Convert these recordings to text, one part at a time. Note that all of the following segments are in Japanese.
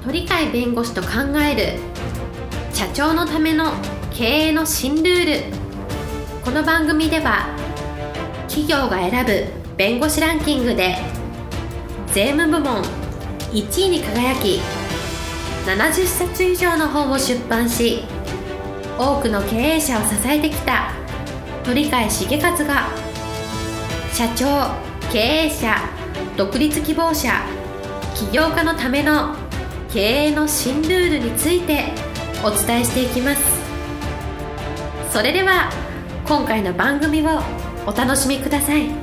鳥飼弁護士と考える社長のための経営の新ルール。この番組では企業が選ぶ弁護士ランキングで税務部門1位に輝き、70冊以上の本を出版し、多くの経営者を支えてきた鳥飼茂和が、社長、経営者、独立希望者、起業家のための経営の新ルールについてお伝えしていきます。それでは今回の番組をお楽しみください。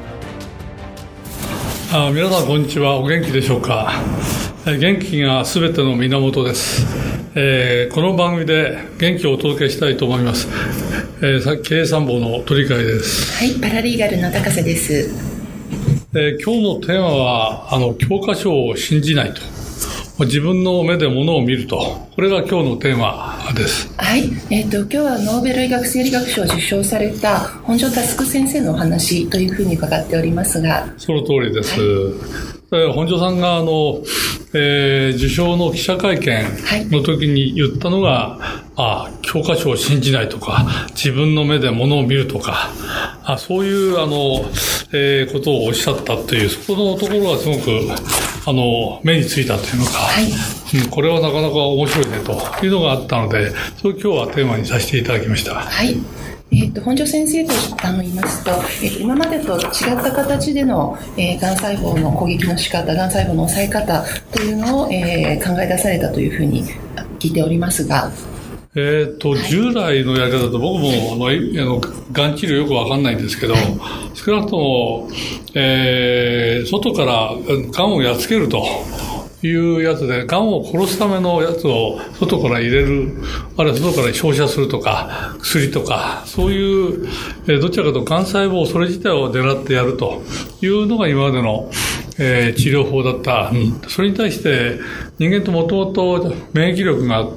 皆さんこんにちは。お元気でしょうか。元気がすべての源です。この番組で元気をお届けしたいと思います。経営参謀の鳥飼です。 はい、パラリーガルの高瀬です。 今日のテーマは教科書を信じないと、自分の目で物を見ると、これが今日のテーマです。 はい、今日はノーベル医学生理学賞を受賞された本庄佑先生のお話というふうに伺っておりますが。 その通りです。はい、本庄さんが受賞の記者会見の時に言ったのが、教科書を信じないとか、自分の目で物を見るとか、そういうことをおっしゃったという、そこのところがすごく目についたというのか、これはなかなか面白いねというのがあったので、それを今日はテーマにさせていただきました。 はい。本庄先生と言いますと、今までと違った形での、がん細胞の攻撃の仕方、がん細胞の抑え方というのを、考え出されたというふうに聞いておりますが。 従来のやり方と僕もがん治療よくわかんないんですけど、少なくとも、外からがんをやっつけるというやつで、がんを殺すためのやつを外から入れる、あるいは外から照射するとか、薬とか、そういう、どちらかというとがん細胞それ自体を狙ってやるというのが今までの、治療法だった。それに対して人間ともともと免疫力があって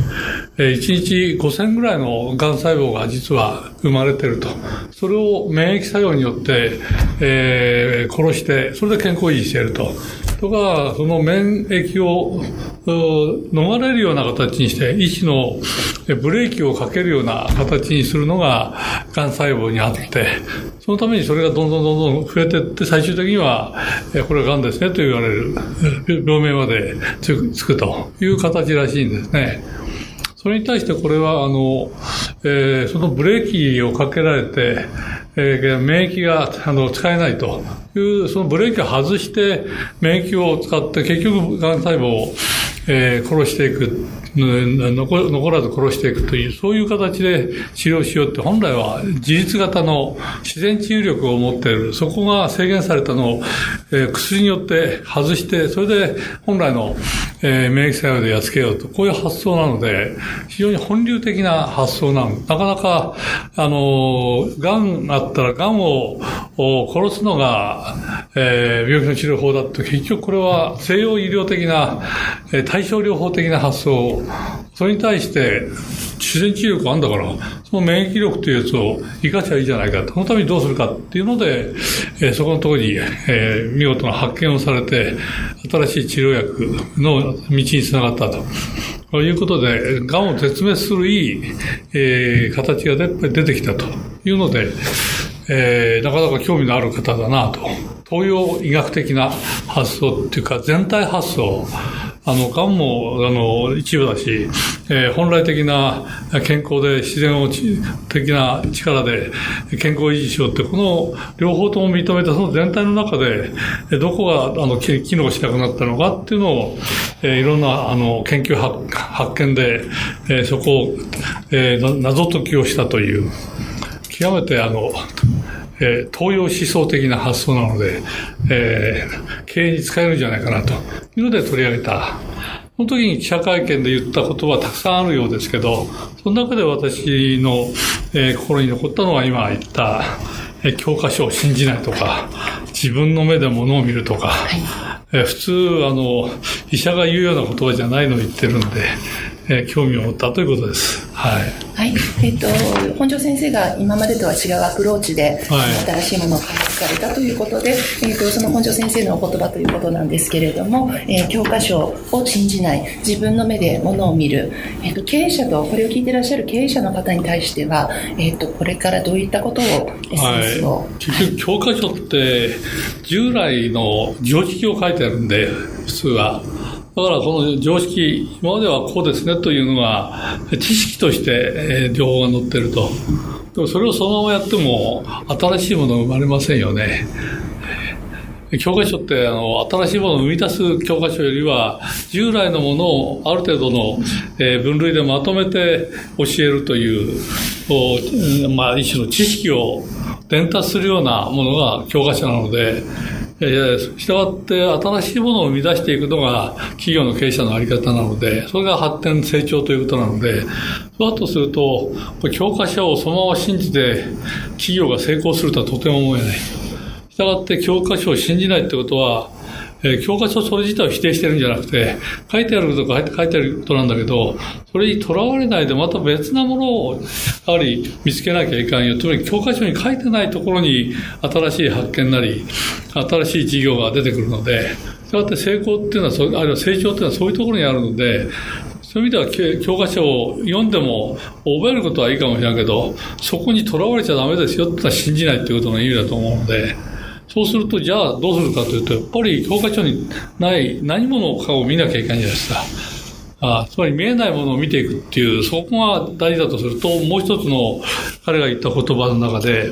、1日5000ぐらいのがん細胞が実は生まれていると。それを免疫作用によって、殺して、それで健康維持していると。とか、その免疫を逃れるような形にして、一種のブレーキをかけるような形にするのががん細胞にあって、そのためにそれがどんどん増えていって、最終的には、これはがんですねと言われる病名までつくという形らしいんですね。それに対してこれはそのブレーキをかけられて、免疫が使えないという、そのブレーキを外して免疫を使って結局がん細胞を、殺していく、残らず殺していくという、そういう形で治療しようって、本来は自律型の自然治癒力を持っている、そこが制限されたのを、薬によって外して、それで本来の、免疫作用でやっつけようと、こういう発想なので、非常に本流的な発想なの。なかなか、がんあったらがんを殺すのが、病気の治療法だと、結局これは西洋医療的な、対症療法的な発想、それに対して自然治癒力あるんだから、その免疫力というやつを生かしゃいいじゃないか、そのためにどうするかっていうので、そこのところに、見事な発見をされて、新しい治療薬の道につながったということで、がんを絶滅するいい、形が出てきたというので、なかなか興味のある方だなと。東洋医学的な発想っていうか、全体発想。がんも、一部だし、本来的な健康で自然的な力で健康を維持しようって、この両方とも認めたその全体の中で、どこが、機能しなくなったのかっていうのを、いろんな、研究発見で、そこを、謎解きをしたという、極めて東洋思想的な発想なので、経営に使えるんじゃないかなというので取り上げた。その時に記者会見で言ったことはたくさんあるようですけど、その中で私の、心に残ったのは今言った、教科書を信じないとか、自分の目で物を見るとか、普通医者が言うような言葉じゃないのを言ってるん興味を持ったということです。はい。 はい。本庄先生が今までとは違うアプローチで、新しいものを開発されたということで、その本庄先生のお言葉ということなんですけれども、教科書を信じない、自分の目でものを見る、経営者と、これを聞いていらっしゃる経営者の方に対しては、これからどういったことを、エッセンスを。 結局、教科書って、従来の常識を書いてあるんで、普通は。だからこの常識、今まではこうですねというのが知識として情報が載っていると。でもそれをそのままやっても新しいものが生まれませんよね。教科書って新しいものを生み出す教科書よりは従来のものをある程度の分類でまとめて教えるという、一種の知識を伝達するようなものが教科書なので、したがって新しいものを生み出していくのが企業の経営者のあり方なので、それが発展成長ということなので、そうだとすると教科書をそのまま信じて企業が成功するとはとても思えない。したがって教科書を信じないってことは、教科書それ自体を否定してるんじゃなくて、書いてあること書いてあることなんだけど、それにとらわれないでまた別なものをやはり見つけなきゃいかんよ。つまり教科書に書いてないところに新しい発見なり、新しい事業が出てくるので、そうやって成功っていうのは、あるいは成長っていうのはそういうところにあるので、そういう意味では教科書を読んでも覚えることはいいかもしれないけど、そこにとらわれちゃダメですよってのは信じないっていうことの意味だと思うので、そうすると、じゃあどうするかというと、やっぱり教科書にない何者かを見なきゃいけないんじゃないですか。つまり見えないものを見ていくっていう、そこが大事だとすると、もう一つの彼が言った言葉の中で、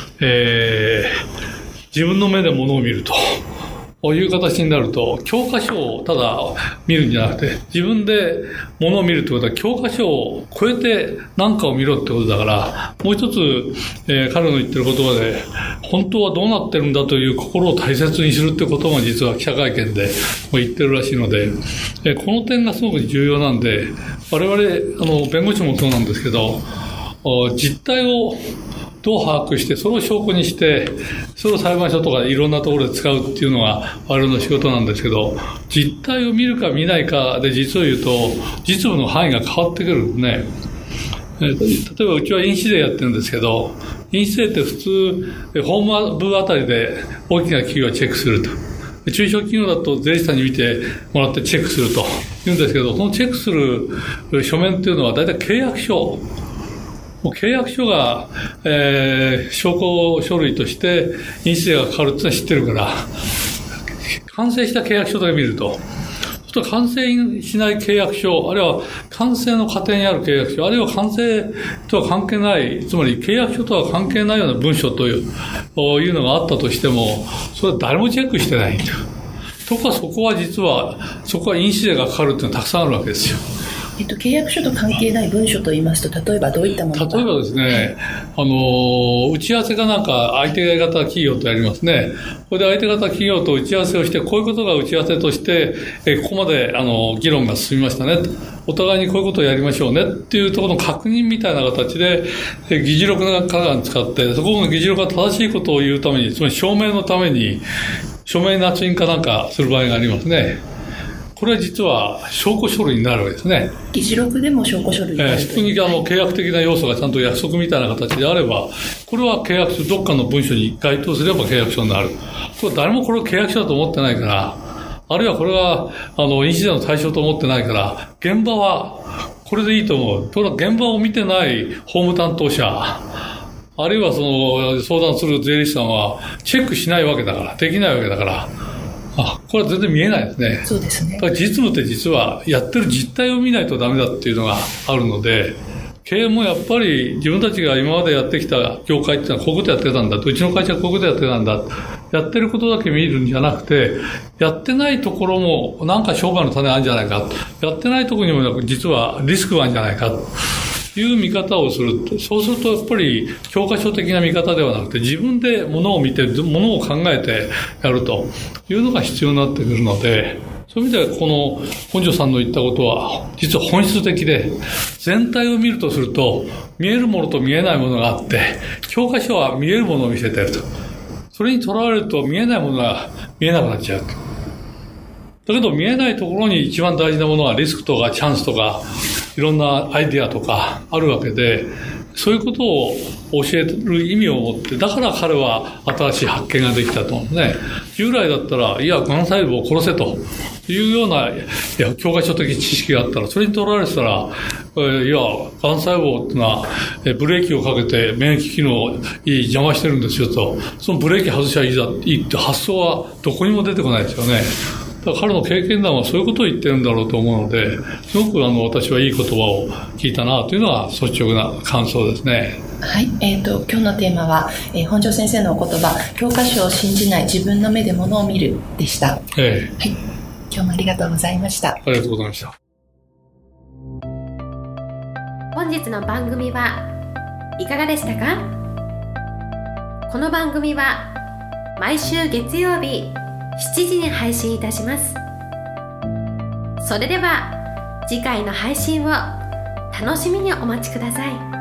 自分の目で物を見ると。こういう形になると、教科書をただ見るんじゃなくて、自分で物を見るってことは、教科書を超えて何かを見ろってことだから、もう一つ、彼の言ってる言葉で、本当はどうなってるんだという心を大切にするってことも実は記者会見で言ってるらしいので、この点がすごく重要なんで、我々、弁護士もそうなんですけど、実態をどう把握して、それを証拠にして、それを裁判所とかいろんなところで使うっていうのが我々の仕事なんですけど、実態を見るか見ないかで実を言うと、実務の範囲が変わってくるんですね。例えばうちは印紙税やってるんですけど、印紙税って普通、法務部あたりで大きな企業はチェックすると。中小企業だと税理士さんに見てもらってチェックすると言うんですけど、そのチェックする書面っていうのは大体契約書。もう契約書が、証拠書類として印紙税がかかるっていうのは知ってるから、完成した契約書だけ見ると、そうすると完成しない契約書、あるいは完成の過程にある契約書、あるいは完成とは関係ない、つまり契約書とは関係ないような文書というのがあったとしても、それは誰もチェックしてないんだ。とかそこは実は、そこは印紙税がかかるっていうのはたくさんあるわけですよ。 契約書と関係ない文書といいますと、例えばどういったものか。 例えばですね、打ち合わせがなんか相手方企業とやりますね。これで相手方企業と打ち合わせをして、こういうことが打ち合わせとして、ここまで議論が進みましたね。お互いにこういうことをやりましょうねっていうところの確認みたいな形で、議事録なんかを使って、そこの議事録が正しいことを言うために、つまり証明のために、署名捺印かなんかする場合がありますね。これは実は証拠書類になるわけですね。 議事録でも証拠書類になる。 普通に契約的な要素がちゃんと約束みたいな形であれば、これは契約書、どっかの文書に該当すれば契約書になる。これ誰もこれを契約書だと思ってないから、あるいはこれが印紙税の対象と思ってないから、現場はこれでいいと思う。ところが現場を見てない法務担当者、あるいはその相談する税理士さんはチェックしないわけだから、できないわけだから、これは全然見えないですね。 そうですね。 だから実務って実はやってる実態を見ないとダメだっていうのがあるので、経営もやっぱり自分たちが今までやってきた業界っていうのはこういうことやってたんだと、うちの会社はこういうことやってたんだ、やってることだけ見るんじゃなくて、やってないところもなんか商売の種あるんじゃないか、やってないところにも実はリスクがあるんじゃないかという見方をする。そうするとやっぱり教科書的な見方ではなくて、自分で物を見て、物を考えてやるというのが必要になってくるので、そういう意味ではこの本庄さんの言ったことは実は本質的で、全体を見るとすると見えるものと見えないものがあって、教科書は見えるものを見せていると。それにとらわれると見えないものが見えなくなっちゃう。だけど見えないところに一番大事なものはリスクとかチャンスとかいろんなアイデアとかあるわけで、そういうことを教える意味を持って、だから彼は新しい発見ができたと思うね。従来だったら、いや、がん細胞を殺せというような、教科書的知識があったら、それに取られてたら、いや、がん細胞っていうのは、ブレーキをかけて免疫機能を邪魔してるんですよと、そのブレーキ外しゃいいって発想はどこにも出てこないですよね。だから彼の経験談はそういうことを言ってるんだろうと思うので、すごく私はいい言葉を聞いたなというのは率直な感想ですね。 はい、今日のテーマは、本庄先生のお言葉、教科書を信じない自分の目で物を見るでした。はい、今日もありがとうございました。 ありがとうございました。 本日の番組はいかがでしたか？この番組は毎週月曜日7時に配信いたします。それでは次回の配信を楽しみにお待ちください。